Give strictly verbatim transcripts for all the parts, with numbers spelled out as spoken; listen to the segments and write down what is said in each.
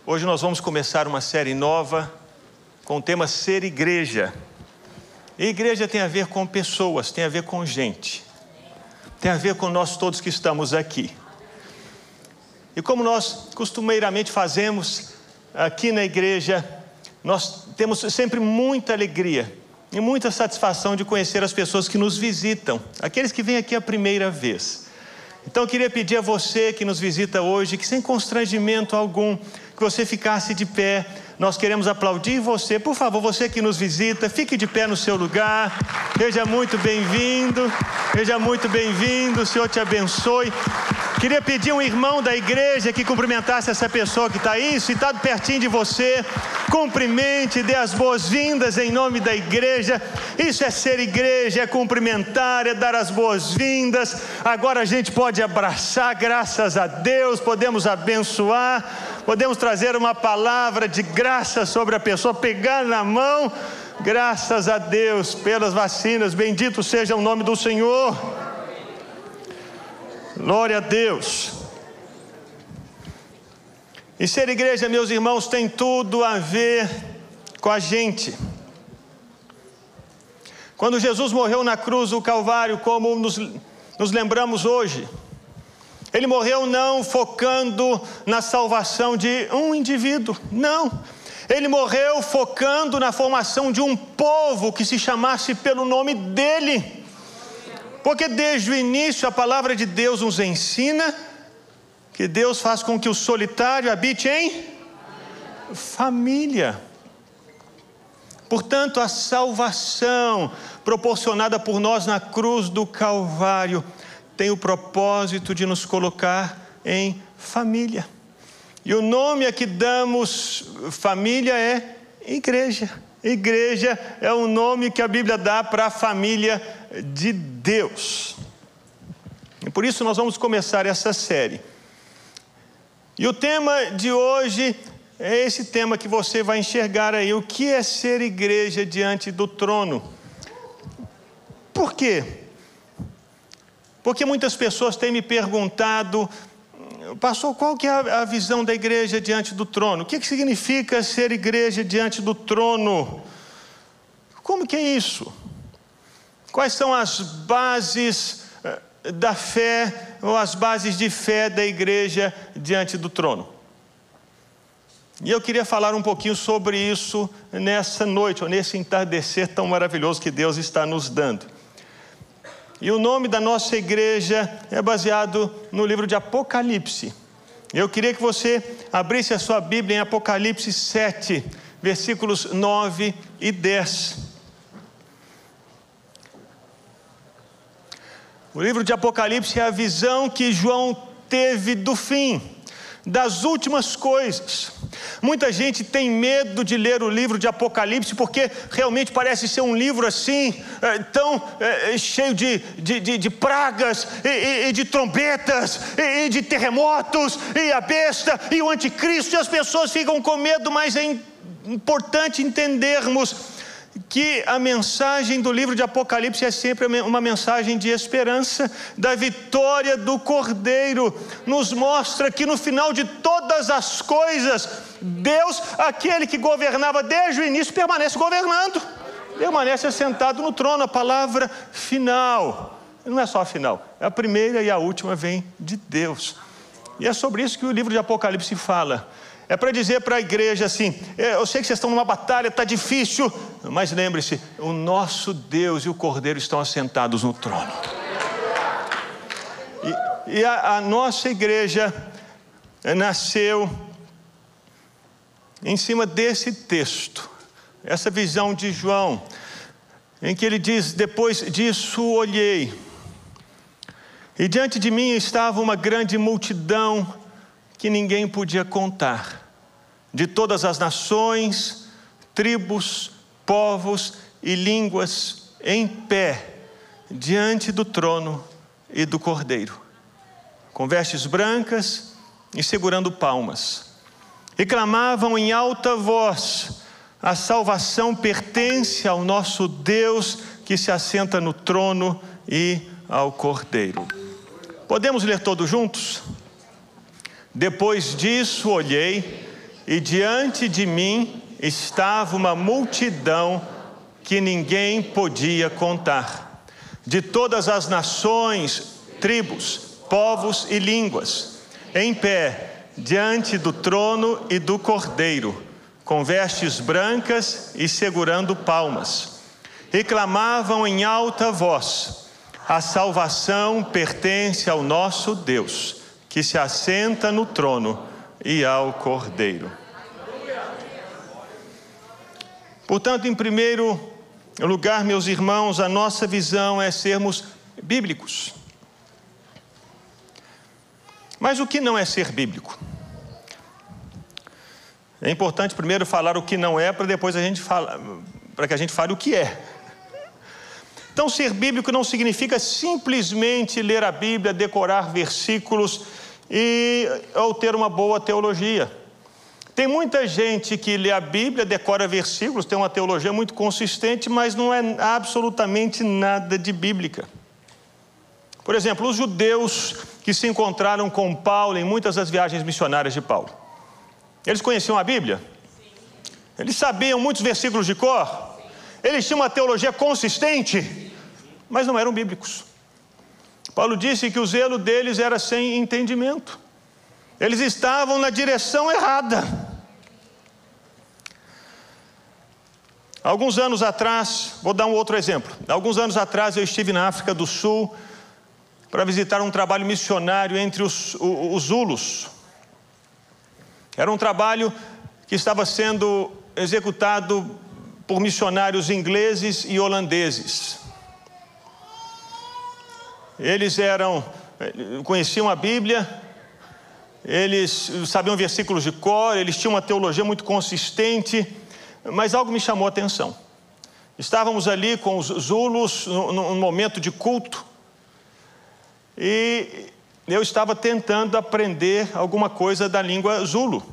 Hoje nós vamos começar uma série nova com o tema Ser Igreja. E igreja tem a ver com pessoas, tem a ver com gente. Tem a ver com nós todos que estamos aqui. E como nós costumeiramente fazemos aqui na igreja, nós temos sempre muita alegria e muita satisfação de conhecer as pessoas que nos visitam, aqueles que vêm aqui a primeira vez. Então eu queria pedir a você que nos visita hoje, que sem constrangimento algum, que você ficasse de pé. Nós queremos aplaudir você. Por favor, você que nos visita, fique de pé no seu lugar. Seja muito bem-vindo. Seja muito bem-vindo. O Senhor te abençoe. Queria pedir um irmão da igreja que cumprimentasse essa pessoa que está aí, sentado pertinho de você. Cumprimente, dê as boas-vindas em nome da igreja. Isso é ser igreja, é cumprimentar, é dar as boas-vindas. Agora a gente pode abraçar, graças a Deus, podemos abençoar, podemos trazer uma palavra de graça sobre a pessoa, pegar na mão. Graças a Deus pelas vacinas, bendito seja o nome do Senhor. Glória a Deus. E ser igreja, meus irmãos, tem tudo a ver com a gente. Quando Jesus morreu na cruz do Calvário, como nos, nos lembramos hoje, Ele morreu não focando na salvação de um indivíduo, não. Ele morreu focando na formação de um povo que se chamasse pelo nome dEle. Porque desde o início a palavra de Deus nos ensina que Deus faz com que o solitário habite em família. Portanto, a salvação proporcionada por nós na cruz do Calvário tem o propósito de nos colocar em família. E o nome a que damos família é igreja. Igreja é o nome que a Bíblia dá para a família de Deus. E por isso nós vamos começar essa série. E o tema de hoje é esse tema que você vai enxergar aí. O que é ser igreja diante do trono? Por quê? Porque muitas pessoas têm me perguntado: pastor, qual que é a visão da igreja diante do trono? O que, que significa ser igreja diante do trono? Como que é isso? Quais são as bases da fé, ou as bases de fé da igreja diante do trono? E eu queria falar um pouquinho sobre isso nessa noite, ou nesse entardecer tão maravilhoso que Deus está nos dando. E o nome da nossa igreja é baseado no livro de Apocalipse. Eu queria que você abrisse a sua Bíblia em Apocalipse sete, versículos nove e dez. O livro de Apocalipse é a visão que João teve do fim, das últimas coisas. Muita gente tem medo de ler o livro de Apocalipse, porque realmente parece ser um livro assim, é, tão é, cheio de, de, de, de pragas, e, e, e de trombetas, e, e de terremotos, e a besta, e o anticristo, e as pessoas ficam com medo. Mas é importante entendermos que a mensagem do livro de Apocalipse é sempre uma mensagem de esperança, da vitória do Cordeiro. Nos mostra que no final de todas as coisas, Deus, aquele que governava desde o início, permanece governando, permanece assentado no trono. A palavra final não é só a final, a primeira e a última vem de Deus. E é sobre isso que o livro de Apocalipse fala. É para dizer para a igreja assim: eu sei que vocês estão numa batalha, está difícil, mas lembre-se, o nosso Deus e o Cordeiro estão assentados no trono. E, e a, a nossa igreja nasceu em cima desse texto, essa visão de João, em que ele diz: depois disso olhei, e diante de mim estava uma grande multidão que ninguém podia contar, de todas as nações, tribos, povos e línguas, em pé, diante do trono e do Cordeiro, com vestes brancas e segurando palmas, e clamavam em alta voz: a salvação pertence ao nosso Deus que se assenta no trono e ao Cordeiro. Podemos ler todos juntos? Depois disso olhei, e diante de mim estava uma multidão que ninguém podia contar, de todas as nações, tribos, povos e línguas, em pé, diante do trono e do Cordeiro, com vestes brancas e segurando palmas. E clamavam em alta voz: a salvação pertence ao nosso Deus, que se assenta no trono, e ao Cordeiro. Portanto, em primeiro lugar, meus irmãos, a nossa visão é sermos bíblicos. Mas o que não é ser bíblico? É importante primeiro falar o que não é, para depois a gente fala, para que a gente fale o que é. Então, ser bíblico não significa simplesmente ler a Bíblia, decorar versículos e ou ter uma boa teologia. Tem muita gente que lê a Bíblia, decora versículos, tem uma teologia muito consistente, mas não é absolutamente nada de bíblica. Por exemplo, os judeus que se encontraram com Paulo em muitas das viagens missionárias de Paulo, eles conheciam a Bíblia? Eles sabiam muitos versículos de cor? Eles tinham uma teologia consistente, mas não eram bíblicos. Paulo disse que o zelo deles era sem entendimento. Eles estavam na direção errada. Alguns anos atrás, vou dar um outro exemplo. Alguns anos atrás eu estive na África do Sul para visitar um trabalho missionário entre os, os Zulus. Era um trabalho que estava sendo executado por missionários ingleses e holandeses. Eles eram, conheciam a Bíblia, eles sabiam versículos de cor, eles tinham uma teologia muito consistente, mas algo me chamou a atenção. Estávamos ali com os Zulus num momento de culto e eu estava tentando aprender alguma coisa da língua Zulu.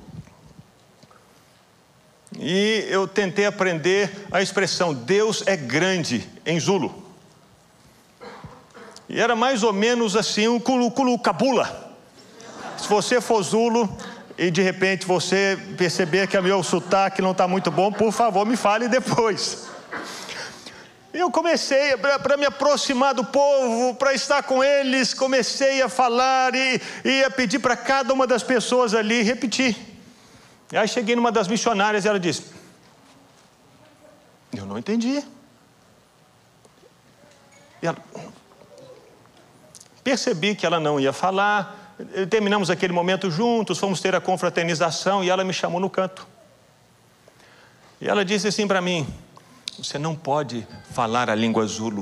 E eu tentei aprender a expressão Deus é grande em Zulu. E era mais ou menos assim, um culu-culu-cabula. Se você for Zulu e de repente você perceber que o meu sotaque não está muito bom, por favor, me fale depois. Eu comecei, para me aproximar do povo, para estar com eles, comecei a falar e, e a pedir para cada uma das pessoas ali repetir. E aí cheguei numa das missionárias e ela disse: eu não entendi. E ela... Percebi que ela não ia falar, terminamos aquele momento juntos, fomos ter a confraternização e ela me chamou no canto. E ela disse assim para mim: você não pode falar a língua Zulu.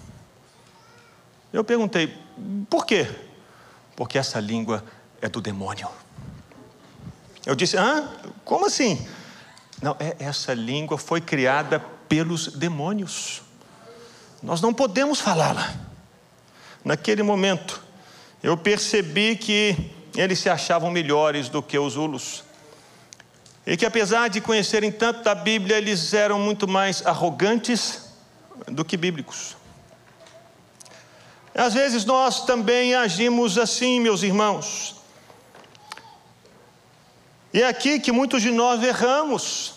Eu perguntei: por quê? Porque essa língua é do demônio. Eu disse: hã? Como assim? Não, é, essa língua foi criada pelos demônios. Nós não podemos falá-la. Naquele momento, eu percebi que eles se achavam melhores do que os Zulus. E que apesar de conhecerem tanto da Bíblia, eles eram muito mais arrogantes do que bíblicos. Às vezes nós também agimos assim, meus irmãos. E é aqui que muitos de nós erramos.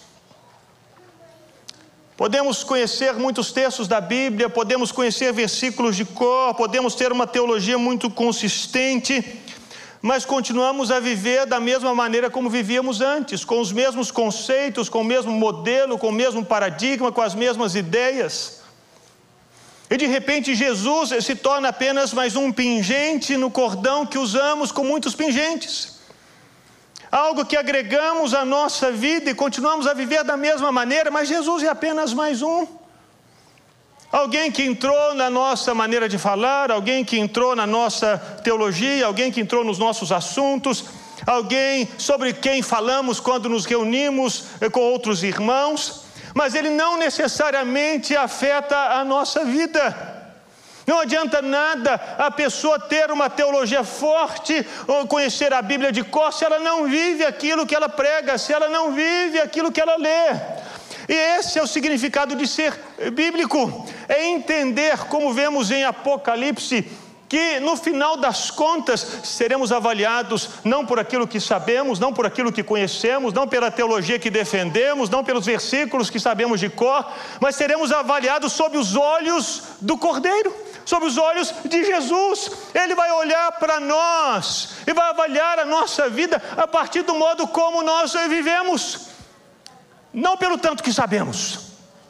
Podemos conhecer muitos textos da Bíblia, podemos conhecer versículos de cor, podemos ter uma teologia muito consistente, mas continuamos a viver da mesma maneira como vivíamos antes, com os mesmos conceitos, com o mesmo modelo, com o mesmo paradigma, com as mesmas ideias. E de repente Jesus se torna apenas mais um pingente no cordão que usamos com muitos pingentes. Algo que agregamos à nossa vida e continuamos a viver da mesma maneira, mas Jesus é apenas mais um. Alguém que entrou na nossa maneira de falar, alguém que entrou na nossa teologia, alguém que entrou nos nossos assuntos, alguém sobre quem falamos quando nos reunimos com outros irmãos, mas ele não necessariamente afeta a nossa vida. Não adianta nada a pessoa ter uma teologia forte ou conhecer a Bíblia de cor se ela não vive aquilo que ela prega, se ela não vive aquilo que ela lê. E esse é o significado de ser bíblico, é entender, como vemos em Apocalipse, que no final das contas seremos avaliados não por aquilo que sabemos, não por aquilo que conhecemos, não pela teologia que defendemos, não pelos versículos que sabemos de cor, mas seremos avaliados sob os olhos do Cordeiro, sob os olhos de Jesus. Ele vai olhar para nós e vai avaliar a nossa vida a partir do modo como nós vivemos, não pelo tanto que sabemos.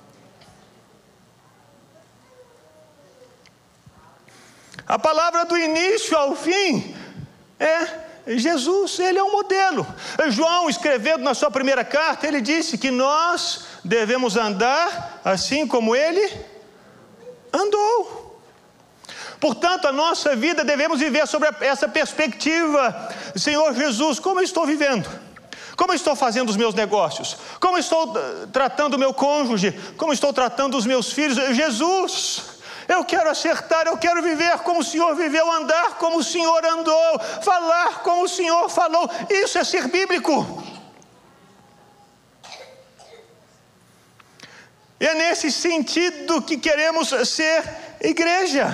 A palavra do início ao fim é Jesus, Ele é o modelo. João, escrevendo na sua primeira carta, ele disse que nós devemos andar assim como Ele andou. Portanto, a nossa vida devemos viver sobre essa perspectiva. Senhor Jesus, como eu estou vivendo? Como eu estou fazendo os meus negócios? Como eu estou tratando o meu cônjuge? Como eu estou tratando os meus filhos? Jesus, eu quero acertar, eu quero viver como o Senhor viveu, andar como o Senhor andou, falar como o Senhor falou. Isso é ser bíblico. E é nesse sentido que queremos ser igreja.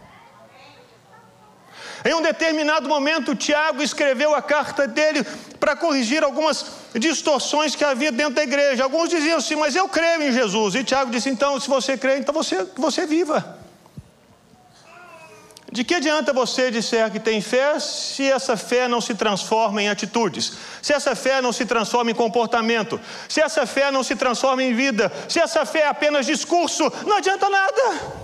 Em um determinado momento, Tiago escreveu a carta dele para corrigir algumas distorções que havia dentro da igreja. Alguns diziam assim, mas eu creio em Jesus. E Tiago disse, então, se você crê, então você, você viva. De que adianta você disser que tem fé se essa fé não se transforma em atitudes? Se essa fé não se transforma em comportamento? Se essa fé não se transforma em vida? Se essa fé é apenas discurso? Não adianta nada.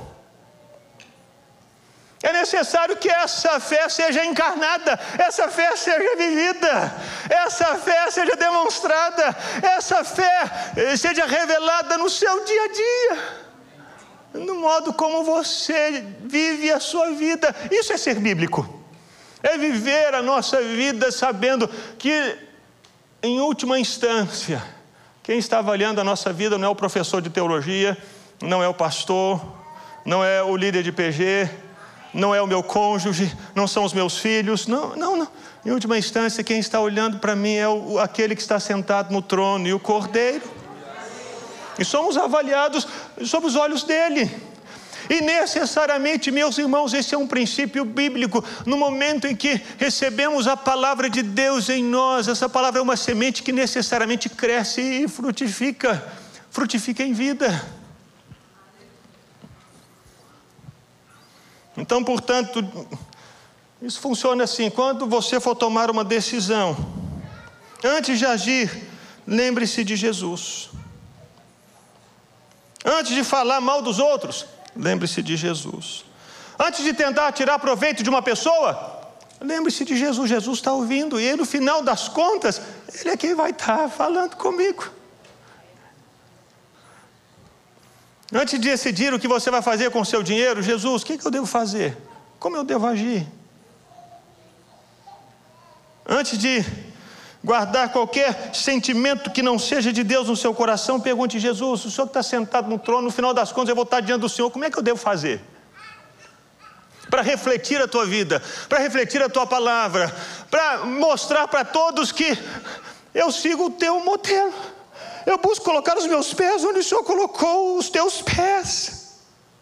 É necessário que essa fé seja encarnada, essa fé seja vivida, essa fé seja demonstrada, essa fé seja revelada no seu dia a dia, no modo como você vive a sua vida. Isso é ser bíblico, é viver a nossa vida sabendo que, em última instância, quem está avaliando a nossa vida não é o professor de teologia, não é o pastor, não é o líder de P G, não é o meu cônjuge, não são os meus filhos, não, não, não. Em última instância, quem está olhando para mim é o, aquele que está sentado no trono e o Cordeiro. E somos avaliados sob os olhos dele. E necessariamente, meus irmãos, esse é um princípio bíblico. No momento em que recebemos a palavra de Deus em nós, essa palavra é uma semente que necessariamente cresce e frutifica, frutifica em vida. Então, portanto, isso funciona assim: quando você for tomar uma decisão, antes de agir, lembre-se de Jesus. Antes de falar mal dos outros, lembre-se de Jesus. Antes de tentar tirar proveito de uma pessoa, lembre-se de Jesus. Jesus está ouvindo e ele, no final das contas, ele é quem vai estar falando comigo. Antes de decidir o que você vai fazer com o seu dinheiro, Jesus, o que eu devo fazer? Como eu devo agir? Antes de guardar qualquer sentimento que não seja de Deus no seu coração, pergunte: Jesus, o Senhor que está sentado no trono, no final das contas eu vou estar diante do Senhor, como é que eu devo fazer? Para refletir a tua vida, para refletir a tua palavra, para mostrar para todos que eu sigo o teu modelo. Eu busco colocar os meus pés onde o Senhor colocou os teus pés.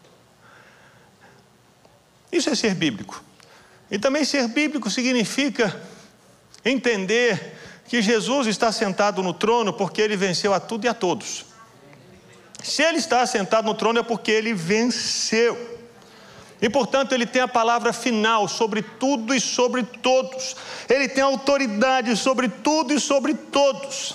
Isso é ser bíblico. E também ser bíblico significa entender que Jesus está sentado no trono porque Ele venceu a tudo e a todos. Se Ele está sentado no trono é porque Ele venceu. E portanto Ele tem a palavra final sobre tudo e sobre todos. Ele tem autoridade sobre tudo e sobre todos.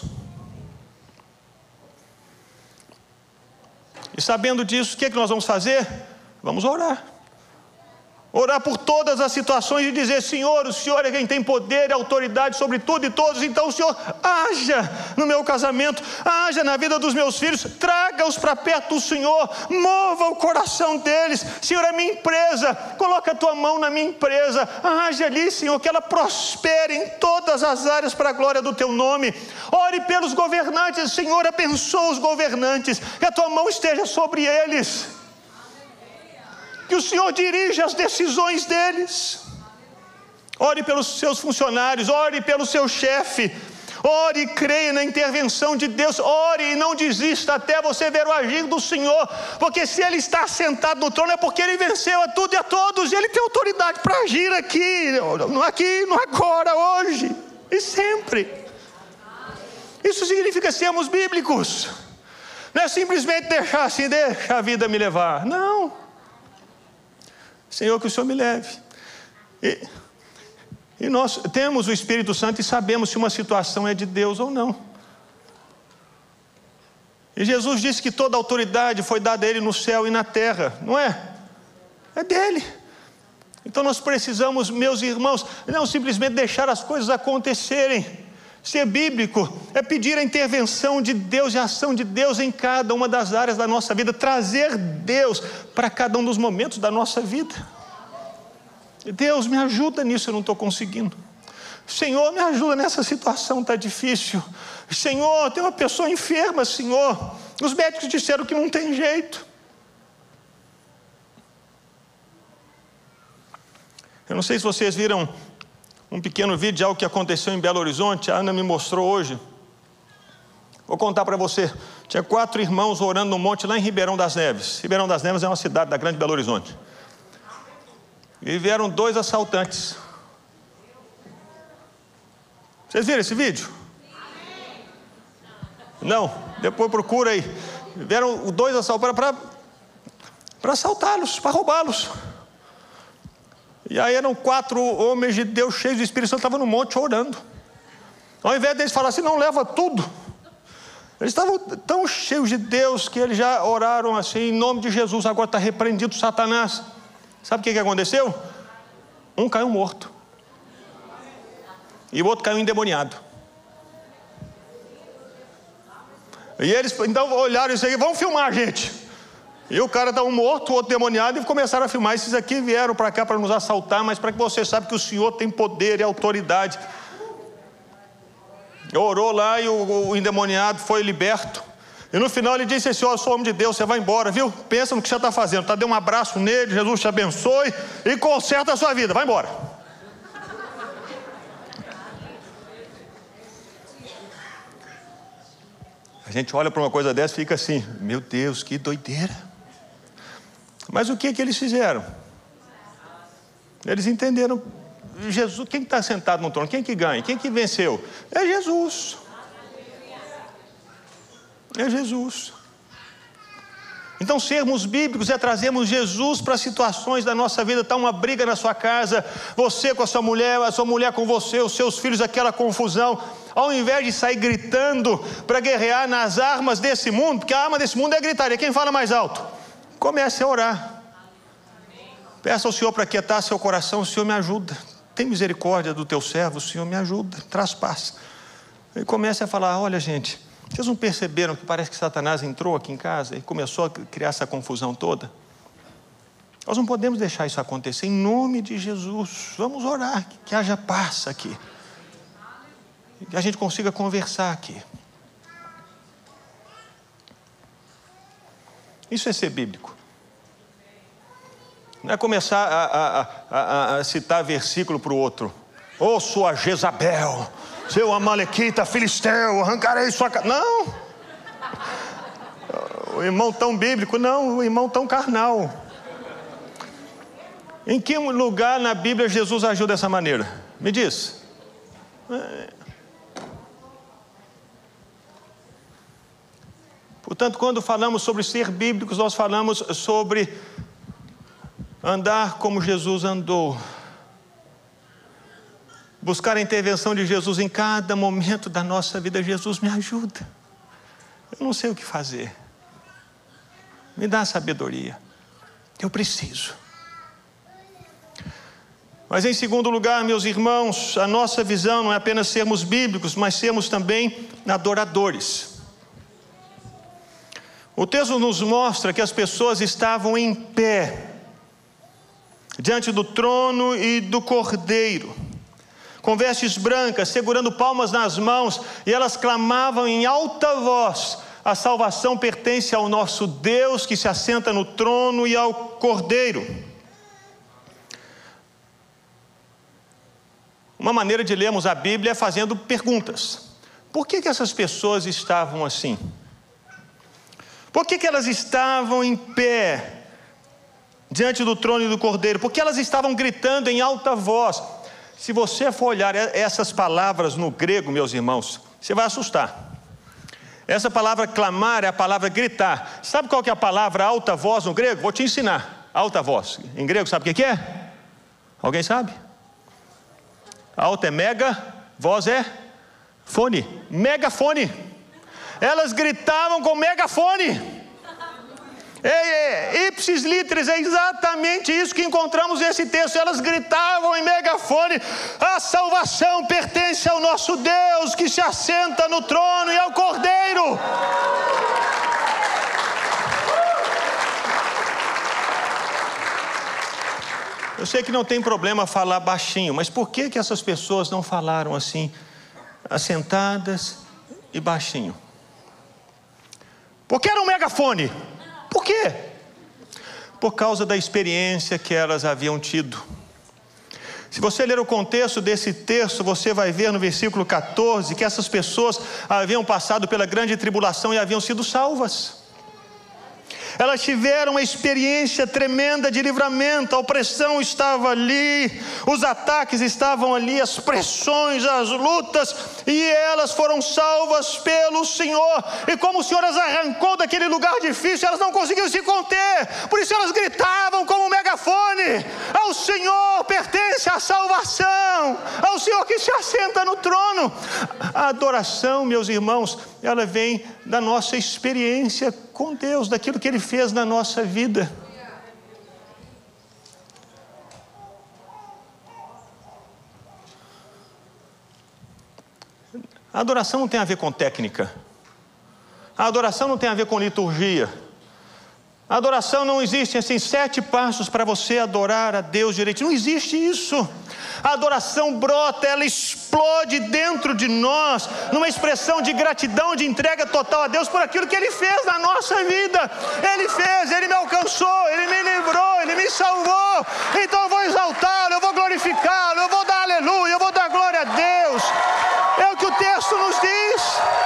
E sabendo disso, o que é que nós vamos fazer? Vamos orar. Orar por todas as situações e dizer: Senhor, o Senhor é quem tem poder e autoridade sobre tudo e todos. Então o Senhor haja no meu casamento, haja na vida dos meus filhos, traga-os para perto do Senhor, mova o coração deles. Senhor, a minha empresa, coloca a tua mão na minha empresa, haja ali, Senhor, que ela prospere em todas as áreas para a glória do teu nome. Ore pelos governantes, Senhor, abençoa os governantes, que a tua mão esteja sobre eles, que o Senhor dirija as decisões deles. Ore pelos seus funcionários, ore pelo seu chefe, Ore e creia na intervenção de Deus. Ore e não desista até você ver o agir do Senhor. Porque se Ele está sentado no trono é porque Ele venceu a tudo e a todos. Ele tem autoridade para agir aqui, não aqui, não agora, hoje e sempre. Isso significa sermos bíblicos. Não é simplesmente deixar assim, deixa a vida me levar. Não. Senhor, que o Senhor me leve. E, e nós temos o Espírito Santo e sabemos se uma situação é de Deus ou não. E Jesus disse que toda a autoridade foi dada a Ele no céu e na terra. Não é? É dele. Então nós precisamos, meus irmãos, não simplesmente deixar as coisas acontecerem. Ser bíblico é pedir a intervenção de Deus e a ação de Deus em cada uma das áreas da nossa vida. Trazer Deus para cada um dos momentos da nossa vida. Deus, me ajuda nisso, eu não estou conseguindo. Senhor, me ajuda nessa situação, está difícil. Senhor, tem uma pessoa enferma, Senhor. Os médicos disseram que não tem jeito. Eu não sei se vocês viram um pequeno vídeo de algo que aconteceu em Belo Horizonte. A Ana me mostrou hoje. Vou contar para você. Tinha quatro irmãos orando no monte lá em Ribeirão das Neves. Ribeirão das Neves é uma cidade da grande Belo Horizonte. E vieram dois assaltantes. Vocês viram esse vídeo? Não, depois procura aí. Vieram dois assaltantes para para assaltá-los, para roubá-los. E aí eram quatro homens de Deus cheios do Espírito Santo, estavam no monte orando. Ao invés deles falar assim, não leva tudo. Eles estavam tão cheios de Deus que eles já oraram assim, em nome de Jesus, agora está repreendido Satanás. Sabe o que, que aconteceu? Um caiu morto. E o outro caiu endemoniado. E eles então olharam isso aí, vamos filmar, gente. E o cara está um morto, o outro demoniado, e começaram a filmar. Esses aqui vieram para cá para nos assaltar, mas para que você saiba que o Senhor tem poder e autoridade. Orou lá e o, o endemoniado foi liberto. E no final ele disse assim, ó, eu sou homem de Deus, você vai embora, viu? Pensa no que você está fazendo, tá? Dê um abraço nele, Jesus te abençoe e conserta a sua vida, vai embora. A gente olha para uma coisa dessa e fica assim, meu Deus, que doideira. Mas o que que eles fizeram? Eles entenderam, Jesus, quem está sentado no trono? Quem que ganha? Quem que venceu? É Jesus. É Jesus. Então sermos bíblicos é trazermos Jesus para situações da nossa vida. Está uma briga na sua casa, você com a sua mulher, a sua mulher com você, os seus filhos, aquela confusão. Ao invés de sair gritando para guerrear nas armas desse mundo, porque a arma desse mundo é gritaria, quem fala mais alto? Comece a orar. Peça ao Senhor para quietar seu coração. O Senhor me ajuda, tem misericórdia do teu servo, o Senhor me ajuda, traz paz. E comece a falar, olha gente, vocês não perceberam que parece que Satanás entrou aqui em casa e começou a criar essa confusão toda? Nós não podemos deixar isso acontecer, em nome de Jesus. Vamos orar, que, que haja paz aqui, que a gente consiga conversar aqui. Isso é ser bíblico. Não é começar a, a, a, a citar versículo para o outro. Ô, sua Jezabel, seu amalequita, filisteu, arrancarei sua casa. Não. O irmão tão bíblico, não, o irmão tão carnal. Em que lugar na Bíblia Jesus agiu dessa maneira? Me diz. Portanto, quando falamos sobre ser bíblicos, nós falamos sobre andar como Jesus andou. Buscar a intervenção de Jesus em cada momento da nossa vida. Jesus, me ajuda. Eu não sei o que fazer. Me dá sabedoria. Eu preciso. Mas em segundo lugar, meus irmãos, a nossa visão não é apenas sermos bíblicos, mas sermos também adoradores. O texto nos mostra que as pessoas estavam em pé, diante do trono e do Cordeiro, com vestes brancas, segurando palmas nas mãos, e elas clamavam em alta voz, a salvação pertence ao nosso Deus que se assenta no trono e ao Cordeiro. Uma maneira de lermos a Bíblia é fazendo perguntas. por que que essas pessoas estavam assim? Por que que elas estavam em pé diante do trono e do Cordeiro? Porque elas estavam gritando em alta voz. Se você for olhar essas palavras no grego, meus irmãos, você vai assustar. Essa palavra clamar é a palavra gritar. Sabe qual que é a palavra alta voz no grego? Vou te ensinar. Alta voz. Em grego, sabe o que é? Alguém sabe? Alta é mega, voz é fone. Megafone. Elas gritavam com megafone. É, ipsis literis, é exatamente isso que encontramos nesse texto. Elas gritavam em megafone: a salvação pertence ao nosso Deus, que se assenta no trono, e ao Cordeiro. Eu sei que não tem problema falar baixinho, mas por que que essas pessoas não falaram assim, assentadas e baixinho? Porque era um megafone. Por quê? Por causa da experiência que elas haviam tido. Se você ler o contexto desse texto, você vai ver no versículo quatorze que essas pessoas haviam passado pela grande tribulação e haviam sido salvas. Elas tiveram uma experiência tremenda de livramento. A opressão estava ali, os ataques estavam ali, as pressões, as lutas, e elas foram salvas pelo Senhor. E como o Senhor as arrancou daquele lugar difícil, elas não conseguiam se conter. Por isso elas gritavam como um megafone: ao Senhor pertence a salvação, ao Senhor que se assenta no trono. A adoração, meus irmãos, ela vem da nossa experiência com Deus, daquilo que Ele fez na nossa vida. A adoração não tem a ver com técnica. A adoração não tem a ver com liturgia. A adoração não existe assim, sete passos para você adorar a Deus direito. Não existe isso. A adoração brota, ela explode dentro de nós, numa expressão de gratidão, de entrega total a Deus por aquilo que Ele fez na nossa vida. Ele fez, Ele me alcançou, Ele me livrou, Ele me salvou. Então eu vou exaltá-lo, eu vou glorificá-lo, eu vou dar aleluia, eu vou dar glória a Deus. É o que o texto nos diz.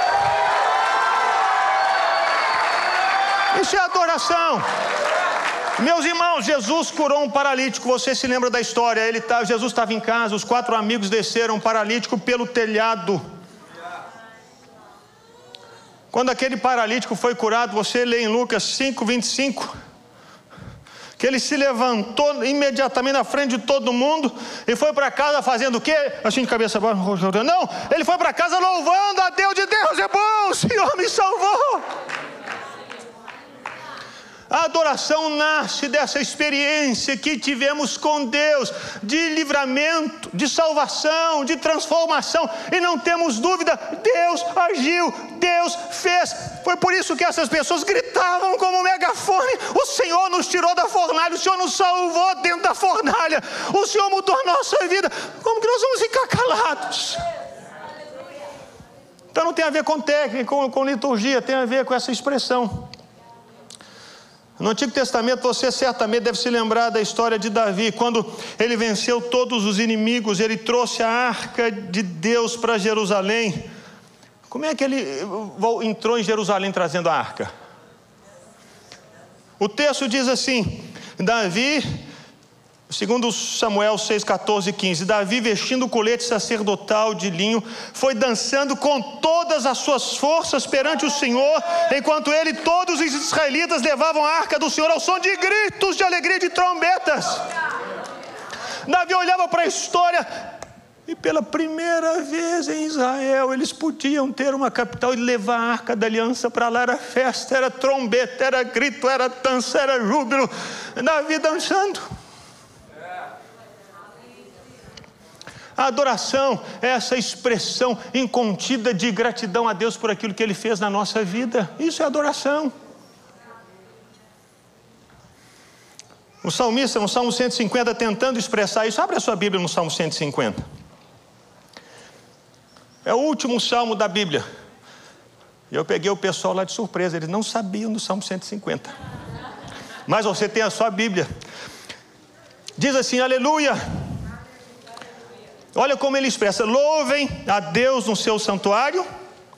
Isso é adoração. Meus irmãos, Jesus curou um paralítico. Você se lembra da história? Ele tá, Jesus estava em casa, os quatro amigos desceram um paralítico pelo telhado. Quando aquele paralítico foi curado, você lê em Lucas cinco, vinte e cinco, que ele se levantou imediatamente na frente de todo mundo e foi para casa fazendo o quê? Assim de cabeça baixa. Não, ele foi para casa louvando a Deus, de Deus é bom, o Senhor me salvou. A adoração nasce dessa experiência que tivemos com Deus, de livramento, de salvação, de transformação, e não temos dúvida, Deus agiu, Deus fez. Foi por isso que essas pessoas gritavam como um megafone: o Senhor nos tirou da fornalha, o Senhor nos salvou dentro da fornalha, o Senhor mudou a nossa vida. Como que nós vamos ficar calados? Então não tem a ver com técnica, com, com liturgia, tem a ver com essa expressão. No Antigo Testamento, você certamente deve se lembrar da história de Davi. Quando ele venceu todos os inimigos, ele trouxe a arca de Deus para Jerusalém. Como é que ele entrou em Jerusalém trazendo a arca? O texto diz assim: Davi, segundo Samuel seis, catorze e quinze, Davi, vestindo o colete sacerdotal de linho, foi dançando com todas as suas forças perante o Senhor, enquanto ele e todos os israelitas levavam a arca do Senhor ao som de gritos de alegria e de trombetas. Davi olhava para a história, e pela primeira vez em Israel eles podiam ter uma capital e levar a arca da aliança para lá. Era festa, era trombeta, era grito, era dança, era júbilo. Davi dançando. A adoração é essa expressão incontida de gratidão a Deus por aquilo que Ele fez na nossa vida. Isso é adoração. O salmista, no Salmo cento e cinquenta, tentando expressar isso. Abre a sua Bíblia no Salmo cento e cinquenta. É o último salmo da Bíblia. E eu peguei o pessoal lá de surpresa. Eles não sabiam do Salmo cento e cinquenta. Mas você tem a sua Bíblia. Diz assim: aleluia. Olha como ele expressa: louvem a Deus no seu santuário,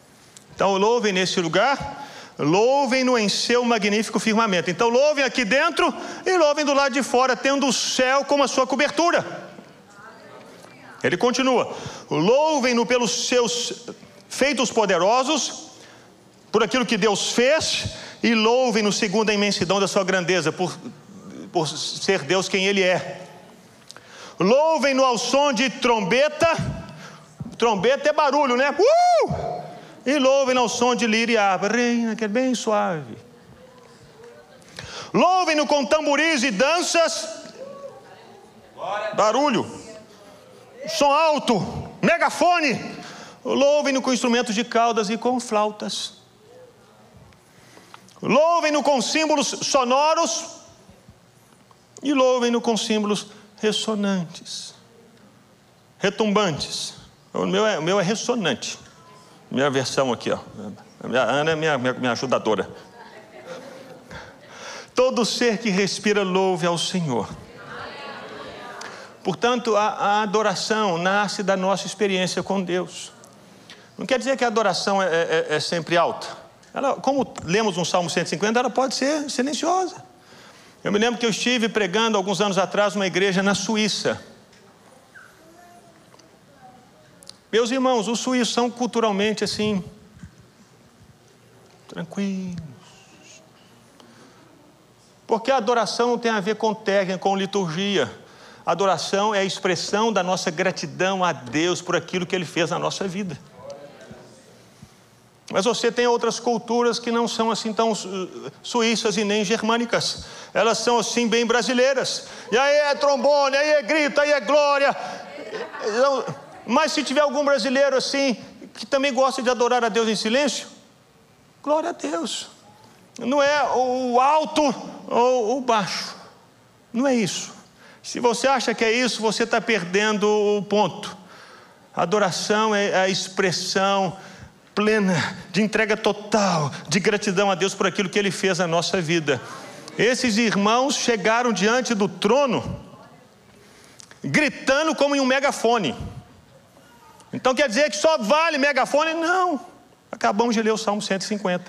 Então louvem nesse lugar, louvem-no em seu magnífico firmamento. Então louvem aqui dentro e louvem do lado de fora, tendo o céu como a sua cobertura. Ele continua: louvem-no pelos seus feitos poderosos, por aquilo que Deus fez, e louvem-no segundo a imensidão da sua grandeza, por, por ser Deus quem Ele é. Louvem-no ao som de trombeta. Trombeta é barulho, né? Uh! E louvem-no ao som de lira e harpa, reina, que é bem suave. Louvem-no com tamboris e danças, barulho, som alto, megafone. Louvem-no com instrumentos de caudas e com flautas. Louvem-no com símbolos sonoros e louvem-no com símbolos ressonantes, retumbantes. O meu é, o meu é ressonante. Minha versão aqui, ó. A minha Ana é minha, minha, minha ajudadora. Todo ser que respira louve ao Senhor. Portanto, a, a adoração nasce da nossa experiência com Deus. Não quer dizer que a adoração é, é, é sempre alta. Ela, como lemos no Salmo cento e cinquenta, ela pode ser silenciosa. Eu me lembro que eu estive pregando alguns anos atrás numa igreja na Suíça. Meus irmãos, os suíços são culturalmente assim, tranquilos. Porque a adoração não tem a ver com técnica, com liturgia. A adoração é a expressão da nossa gratidão a Deus por aquilo que Ele fez na nossa vida. Mas você tem outras culturas que não são assim tão suíças e nem germânicas. Elas são assim bem brasileiras. E aí é trombone, aí é grito, aí é glória. Mas se tiver algum brasileiro assim, que também gosta de adorar a Deus em silêncio, glória a Deus. Não é o alto ou o baixo. Não é isso. Se você acha que é isso, você está perdendo o ponto. A adoração é a expressão plena, de entrega total, de gratidão a Deus por aquilo que Ele fez na nossa vida. Esses irmãos chegaram diante do trono, gritando como em um megafone. Então quer dizer que só vale megafone? Não. Acabamos de ler o Salmo cento e cinquenta.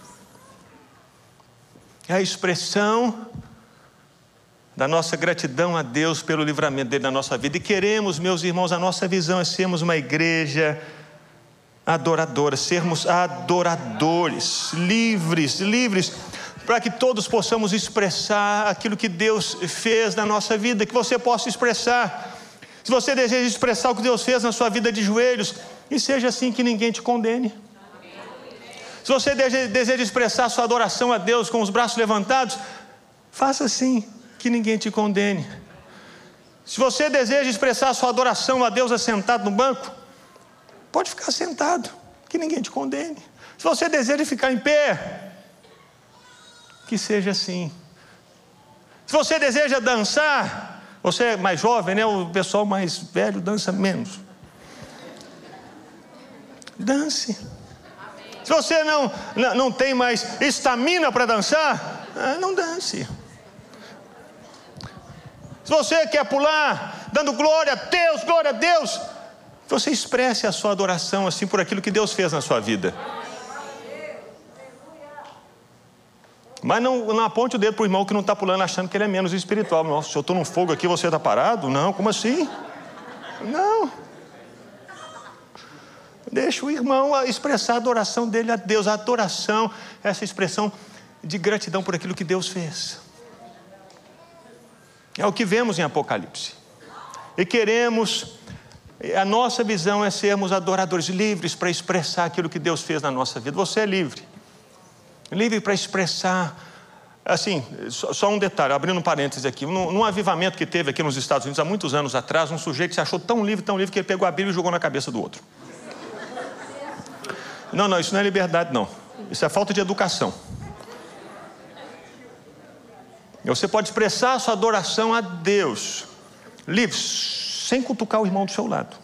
É a expressão da nossa gratidão a Deus pelo livramento dele na nossa vida. E queremos, meus irmãos, a nossa visão é sermos uma igreja adoradora, sermos adoradores, livres, livres, para que todos possamos expressar aquilo que Deus fez na nossa vida, que você possa expressar. Se você deseja expressar o que Deus fez na sua vida de joelhos, e seja assim, que ninguém te condene. Se você deseja expressar sua adoração a Deus com os braços levantados, faça assim, que ninguém te condene. Se você deseja expressar sua adoração a Deus assentado no banco, pode ficar sentado, que ninguém te condene. Se você deseja ficar em pé, que seja assim. Se você deseja dançar, você é mais jovem, né? O pessoal mais velho dança menos. Dance. Se você não, não, não tem mais estamina para dançar, não dance. Se você quer pular, dando glória a Deus, glória a Deus, você expresse a sua adoração assim por aquilo que Deus fez na sua vida. Mas não, não aponte o dedo para o irmão que não está pulando achando que ele é menos espiritual. Nossa, se eu estou num fogo aqui, você está parado? Não, como assim? Não. Deixa o irmão expressar a adoração dele a Deus. A adoração é essa expressão de gratidão por aquilo que Deus fez. É o que vemos em Apocalipse. E queremos... A nossa visão é sermos adoradores livres para expressar aquilo que Deus fez na nossa vida. Você é livre. Livre para expressar. Assim, só, só um detalhe, abrindo um parênteses aqui. Num, num avivamento que teve aqui nos Estados Unidos há muitos anos atrás, um sujeito se achou tão livre, tão livre, que ele pegou a Bíblia e jogou na cabeça do outro. Não, não, isso não é liberdade, não. Isso é falta de educação. Você pode expressar a sua adoração a Deus livre, sem cutucar o irmão do seu lado.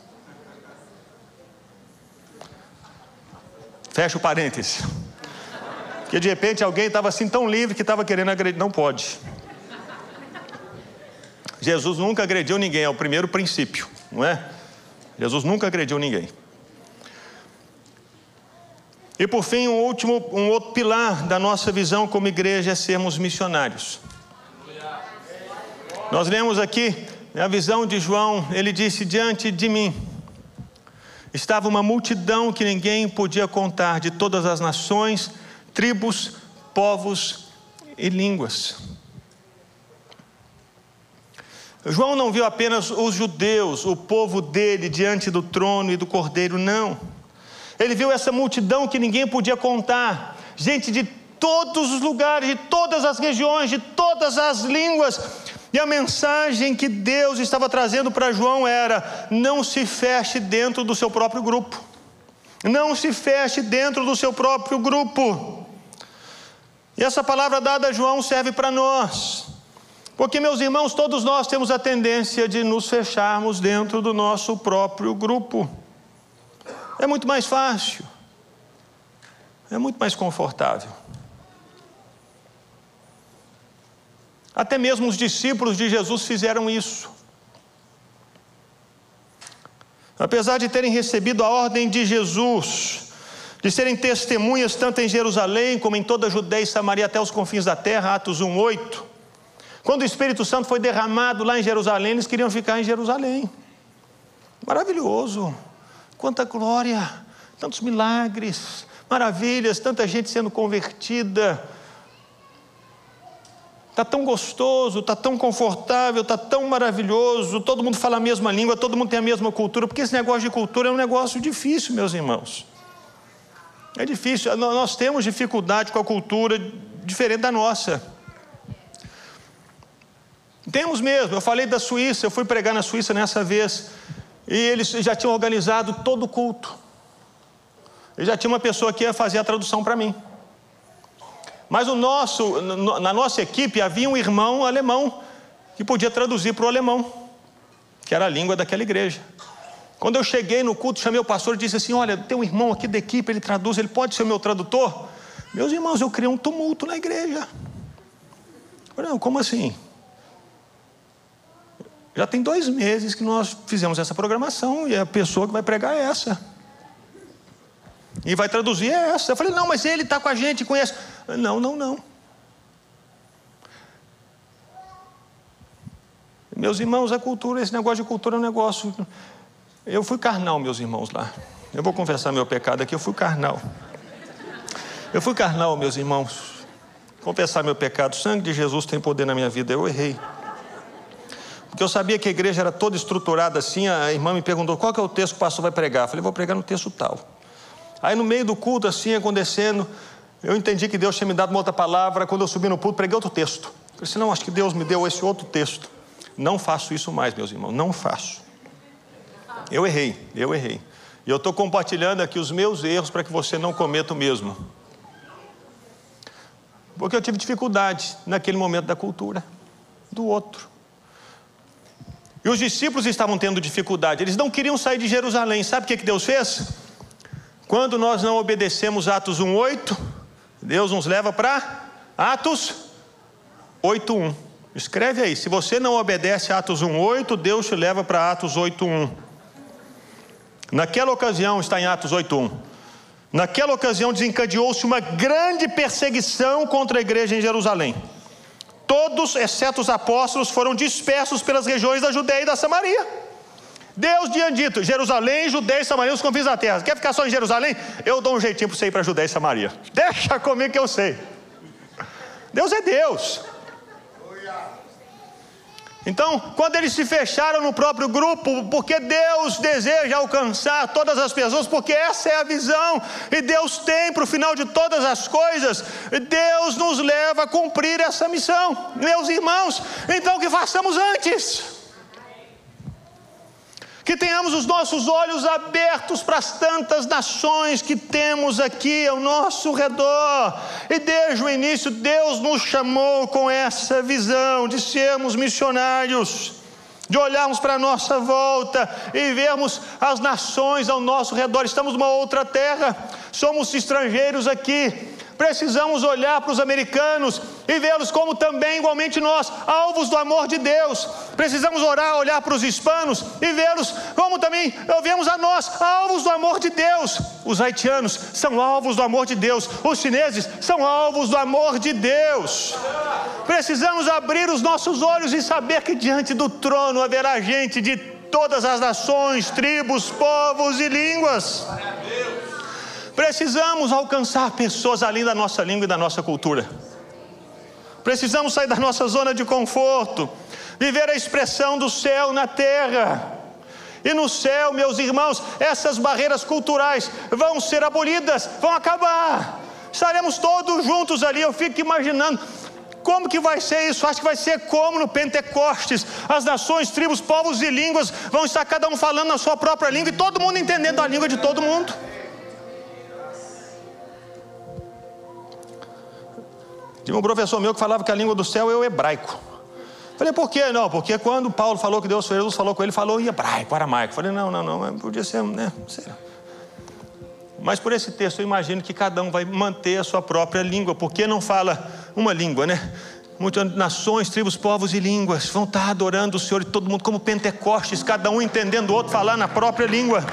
Fecha o parêntese. Porque de repente alguém estava assim tão livre que estava querendo agredir. Não pode. Jesus nunca agrediu ninguém, é o primeiro princípio, não é? Jesus nunca agrediu ninguém. E por fim, um último, um outro pilar da nossa visão como igreja é sermos missionários. Nós lemos aqui a visão de João, ele disse: diante de mim estava uma multidão que ninguém podia contar, de todas as nações, tribos, povos e línguas. João não viu apenas os judeus, o povo dele, diante do trono e do Cordeiro, não. Ele viu essa multidão que ninguém podia contar, gente de todos os lugares, de todas as regiões, de todas as línguas. E a mensagem que Deus estava trazendo para João era: não se feche dentro do seu próprio grupo. Não se feche dentro do seu próprio grupo. E essa palavra dada a João serve para nós. Porque, meus irmãos, todos nós temos a tendência de nos fecharmos dentro do nosso próprio grupo. É muito mais fácil. É muito mais confortável. Até mesmo os discípulos de Jesus fizeram isso. Apesar de terem recebido a ordem de Jesus, de serem testemunhas tanto em Jerusalém como em toda a Judeia e Samaria até os confins da terra, Atos um, oito. Quando o Espírito Santo foi derramado lá em Jerusalém, eles queriam ficar em Jerusalém. Maravilhoso, quanta glória, tantos milagres, maravilhas, tanta gente sendo convertida. Está tão gostoso, está tão confortável, está tão maravilhoso, todo mundo fala a mesma língua, todo mundo tem a mesma cultura, porque esse negócio de cultura é um negócio difícil, meus irmãos. É difícil, nós temos dificuldade com a cultura diferente da nossa. Temos mesmo. Eu falei da Suíça, eu fui pregar na Suíça nessa vez, e eles já tinham organizado todo o culto. E já tinha uma pessoa que ia fazer a tradução para mim. Mas o nosso, na nossa equipe havia um irmão alemão que podia traduzir para o alemão, que era a língua daquela igreja. Quando eu cheguei no culto, chamei o pastor e disse assim: olha, tem um irmão aqui da equipe, ele traduz, ele pode ser o meu tradutor? Meus irmãos, eu criei um tumulto na igreja. Eu falei: não, como assim? Já tem dois meses que nós fizemos essa programação e a pessoa que vai pregar é essa. E vai traduzir é essa. Eu falei: não, mas ele está com a gente, conhece. Não, não, não. Meus irmãos, a cultura, esse negócio de cultura é um negócio... Eu fui carnal, meus irmãos, lá. Eu vou confessar meu pecado aqui, eu fui carnal. Eu fui carnal, meus irmãos. Confessar meu pecado. O sangue de Jesus tem poder na minha vida. Eu errei. Porque eu sabia que a igreja era toda estruturada assim. A irmã me perguntou: qual que é o texto que o pastor vai pregar? Eu falei: vou pregar no texto tal. Aí no meio do culto, assim, acontecendo, eu entendi que Deus tinha me dado uma outra palavra. Quando eu subi no púlpito, preguei outro texto. Eu falei assim: não, acho que Deus me deu esse outro texto. Não faço isso mais, meus irmãos, não faço. Eu errei, eu errei. E eu estou compartilhando aqui os meus erros para que você não cometa o mesmo. Porque eu tive dificuldade naquele momento da cultura do outro. E os discípulos estavam tendo dificuldade, eles não queriam sair de Jerusalém. Sabe o que Deus fez? Quando nós não obedecemos Atos um, oito, Deus nos leva para Atos oito, um. Escreve aí: se você não obedece Atos um, oito, Deus te leva para Atos oito, um. Naquela ocasião, está em Atos oito, um. Naquela ocasião desencadeou-se uma grande perseguição contra a igreja em Jerusalém. Todos, exceto os apóstolos, foram dispersos pelas regiões da Judeia e da Samaria. Deus tinha dito: Jerusalém, Judeia e Samaria, os confins da terra. Quer ficar só em Jerusalém? Eu dou um jeitinho para você ir para Judeia e Samaria. Deixa comigo que eu sei. Deus é Deus. Então, quando eles se fecharam no próprio grupo, porque Deus deseja alcançar todas as pessoas, porque essa é a visão, e Deus tem para o final de todas as coisas, Deus nos leva a cumprir essa missão. Meus irmãos, então que façamos antes? Que tenhamos os nossos olhos abertos para as tantas nações que temos aqui ao nosso redor. E desde o início Deus nos chamou com essa visão de sermos missionários, de olharmos para a nossa volta e vermos as nações ao nosso redor. Estamos numa outra terra, somos estrangeiros aqui. Precisamos olhar para os americanos e vê-los como também, igualmente nós, alvos do amor de Deus. Precisamos orar, olhar para os hispanos e vê-los como também vemos a nós, alvos do amor de Deus. Os haitianos são alvos do amor de Deus. Os chineses são alvos do amor de Deus. Precisamos abrir os nossos olhos e saber que diante do trono haverá gente de todas as nações, tribos, povos e línguas. Precisamos alcançar pessoas além da nossa língua e da nossa cultura. Precisamos sair da nossa zona de conforto, viver a expressão do céu na terra. E no céu, meus irmãos, essas barreiras culturais vão ser abolidas, vão acabar. Estaremos todos juntos ali. Eu fico imaginando como que vai ser isso. Acho que vai ser como no Pentecostes. As nações, tribos, povos e línguas vão estar cada um falando na sua própria língua e todo mundo entendendo a língua de todo mundo. Tinha um professor meu que falava que a língua do céu é o hebraico. Falei, por quê? Não, porque quando Paulo falou que Deus, Jesus falou com ele, falou em hebraico, aramaico. Falei, não, não, não, podia ser, né? Mas por esse texto eu imagino que cada um vai manter a sua própria língua, porque não fala uma língua, né? Muitas nações, tribos, povos e línguas vão estar adorando o Senhor e todo mundo como Pentecostes, cada um entendendo o outro, falar na própria língua.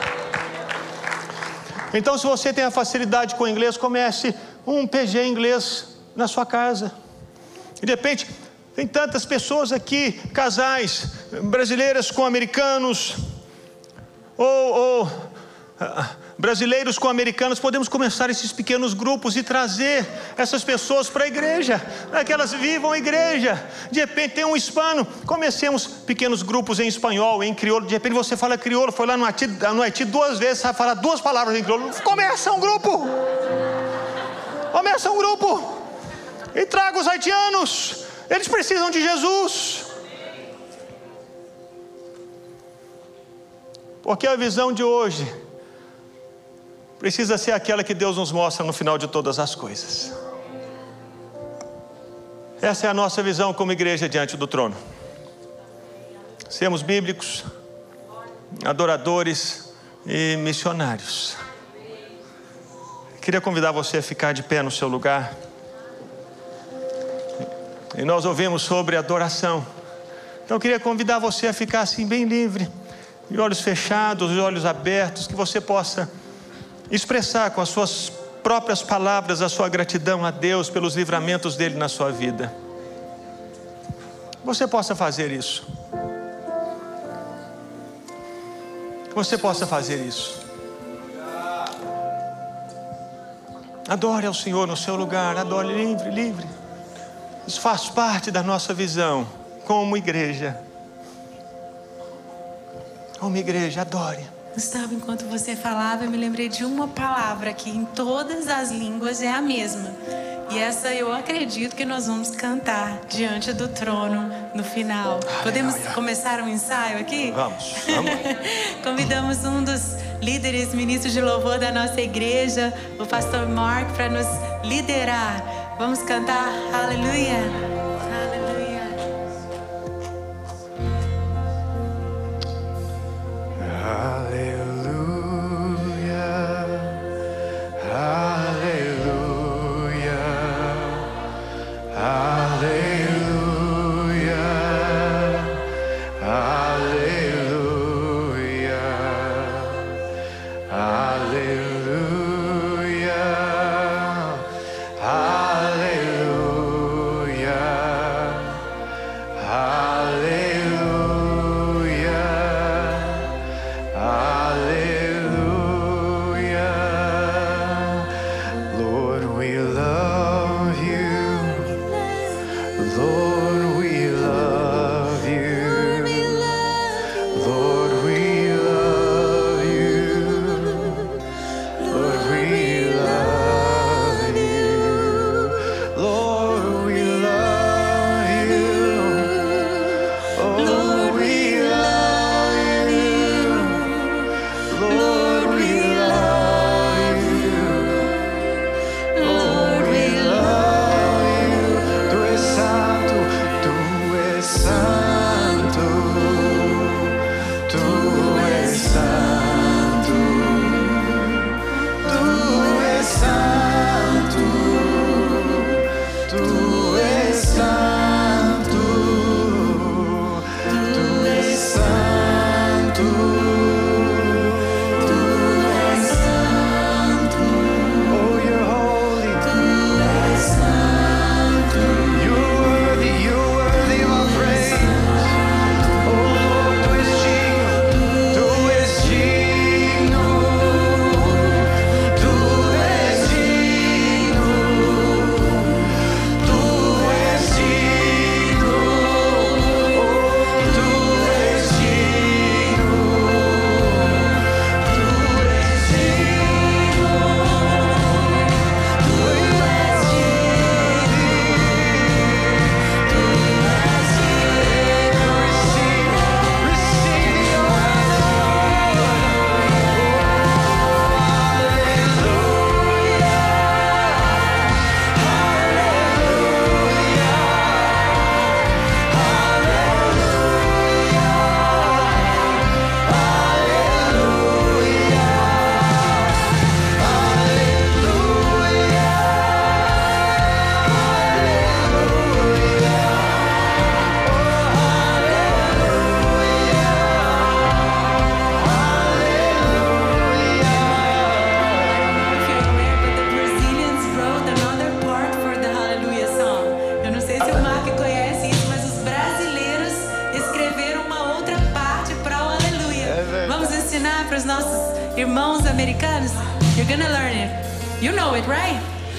Então, se você tem a facilidade com o inglês, comece um P G em inglês na sua casa. E de repente, tem tantas pessoas aqui, casais, brasileiras com americanos, ou, ou uh, brasileiros com americanos. Podemos começar esses pequenos grupos e trazer essas pessoas para a igreja, para que elas vivam a igreja. De repente tem um hispano, comecemos pequenos grupos em espanhol, em crioulo. De repente você fala crioulo, foi lá no Haiti, no Haiti duas vezes, sabe falar duas palavras em crioulo. Começa um grupo, começa um grupo. E traga os haitianos, eles precisam de Jesus. Porque a visão de hoje precisa ser aquela que Deus nos mostra no final de todas as coisas. Essa é a nossa visão como igreja diante do trono. Sermos bíblicos, adoradores e missionários. Queria convidar você a ficar de pé no seu lugar. E nós ouvimos sobre adoração. Então eu queria convidar você a ficar assim bem livre, de olhos fechados, de olhos abertos, que você possa expressar com as suas próprias palavras a sua gratidão a Deus pelos livramentos dele na sua vida. Você possa fazer isso. Você possa fazer isso. Adore ao Senhor no seu lugar, adore livre, livre. Isso faz parte da nossa visão como igreja. Como igreja, adore. Gustavo, enquanto você falava, eu me lembrei de uma palavra que em todas as línguas é a mesma. E essa eu acredito que nós vamos cantar diante do trono no final. Ai, Podemos ai, ai. começar um ensaio aqui? Vamos, vamos. Convidamos um dos líderes, ministros de louvor da nossa igreja, o pastor Mark, para nos liderar. Vamos cantar aleluia, aleluia. Aleluia, aleluia, aleluia, aleluia, aleluia. Aleluia, Irmãos americanos, you're gonna learn it. You know it, right?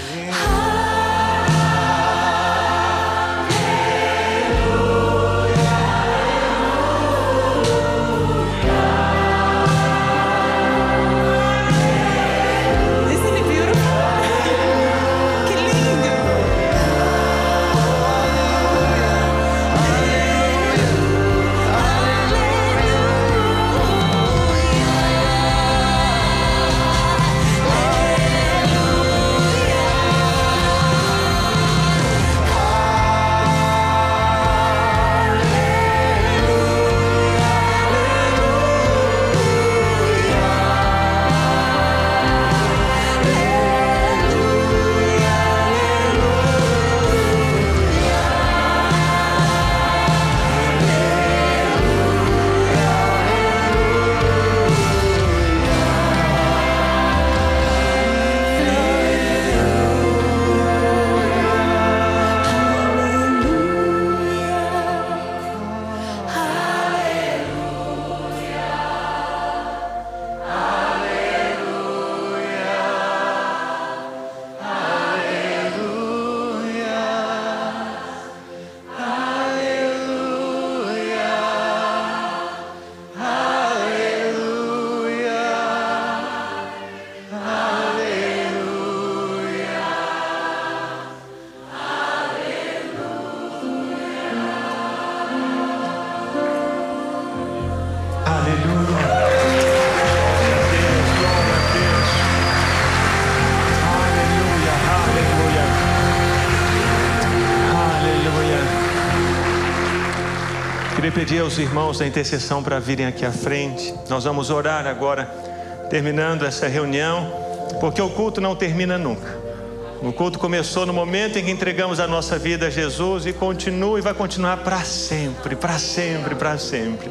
Queria pedir aos irmãos da intercessão para virem aqui à frente. Nós vamos orar agora, terminando essa reunião, porque o culto não termina nunca. O culto começou no momento em que entregamos a nossa vida a Jesus e continua e vai continuar para sempre, para sempre, para sempre.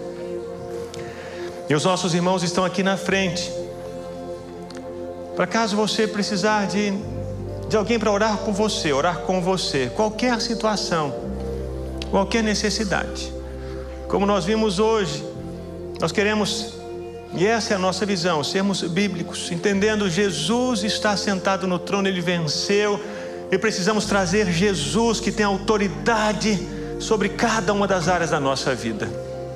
E os nossos irmãos estão aqui na frente. Para caso você precisar de, de alguém para orar por você, orar com você, qualquer situação, qualquer necessidade. Como nós vimos hoje, nós queremos, e essa é a nossa visão, sermos bíblicos, entendendo Jesus está sentado no trono, Ele venceu, e precisamos trazer Jesus que tem autoridade sobre cada uma das áreas da nossa vida.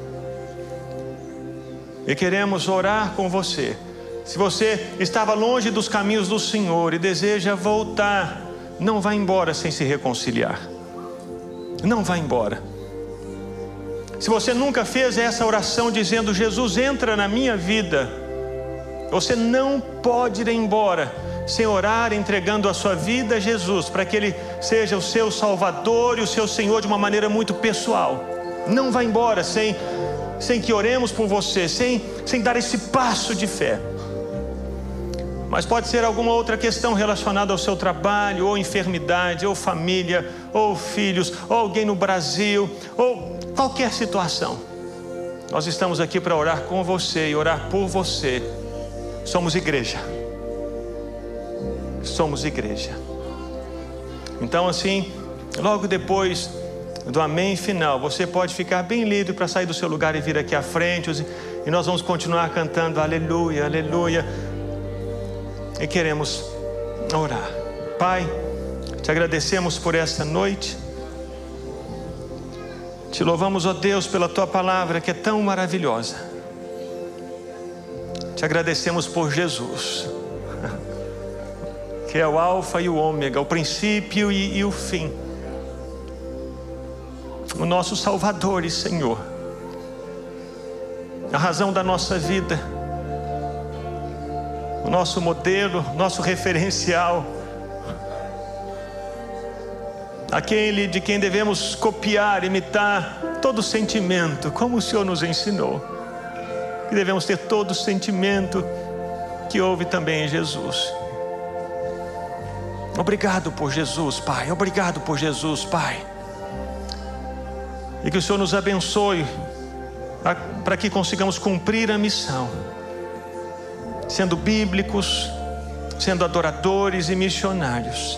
E queremos orar com você. Se você estava longe dos caminhos do Senhor e deseja voltar, não vá embora sem se reconciliar. Não vá embora. Se você nunca fez essa oração dizendo: Jesus, entra na minha vida, você não pode ir embora sem orar, entregando a sua vida a Jesus, para que Ele seja o seu Salvador e o seu Senhor de uma maneira muito pessoal. Não vá embora sem, sem que oremos por você, sem, sem dar esse passo de fé. Mas pode ser alguma outra questão relacionada ao seu trabalho, ou enfermidade, ou família, ou filhos, ou alguém no Brasil, ou qualquer situação. Nós estamos aqui para orar com você e orar por você. Somos igreja. Somos igreja. Então assim, logo depois do amém final, você pode ficar bem livre para sair do seu lugar e vir aqui à frente. E nós vamos continuar cantando aleluia, aleluia. E queremos orar. Pai, te agradecemos por esta noite. Te louvamos, ó Deus, pela tua palavra que é tão maravilhosa. Te agradecemos por Jesus, que é o alfa e o ômega, o princípio e, e o fim, o nosso Salvador e Senhor, a razão da nossa vida, o nosso modelo, nosso referencial, aquele de quem devemos copiar, imitar todo sentimento, como o Senhor nos ensinou, que devemos ter todo o sentimento que houve também em Jesus. Obrigado por Jesus, Pai, obrigado por Jesus, Pai, e que o Senhor nos abençoe para que consigamos cumprir a missão, sendo bíblicos, sendo adoradores e missionários,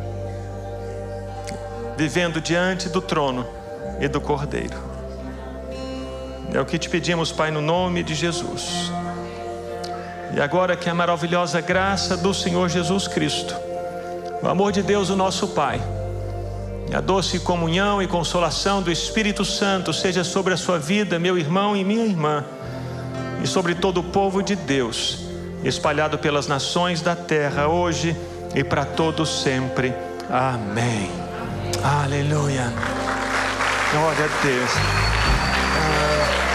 vivendo diante do trono e do Cordeiro. É o que te pedimos, Pai, no nome de Jesus. E agora que a maravilhosa graça do Senhor Jesus Cristo, o amor de Deus, o nosso Pai, e a doce comunhão e consolação do Espírito Santo seja sobre a sua vida, meu irmão e minha irmã, e sobre todo o povo de Deus, espalhado pelas nações da terra, hoje e para todos sempre. Amém. Aleluia. Glória a Deus. Ah.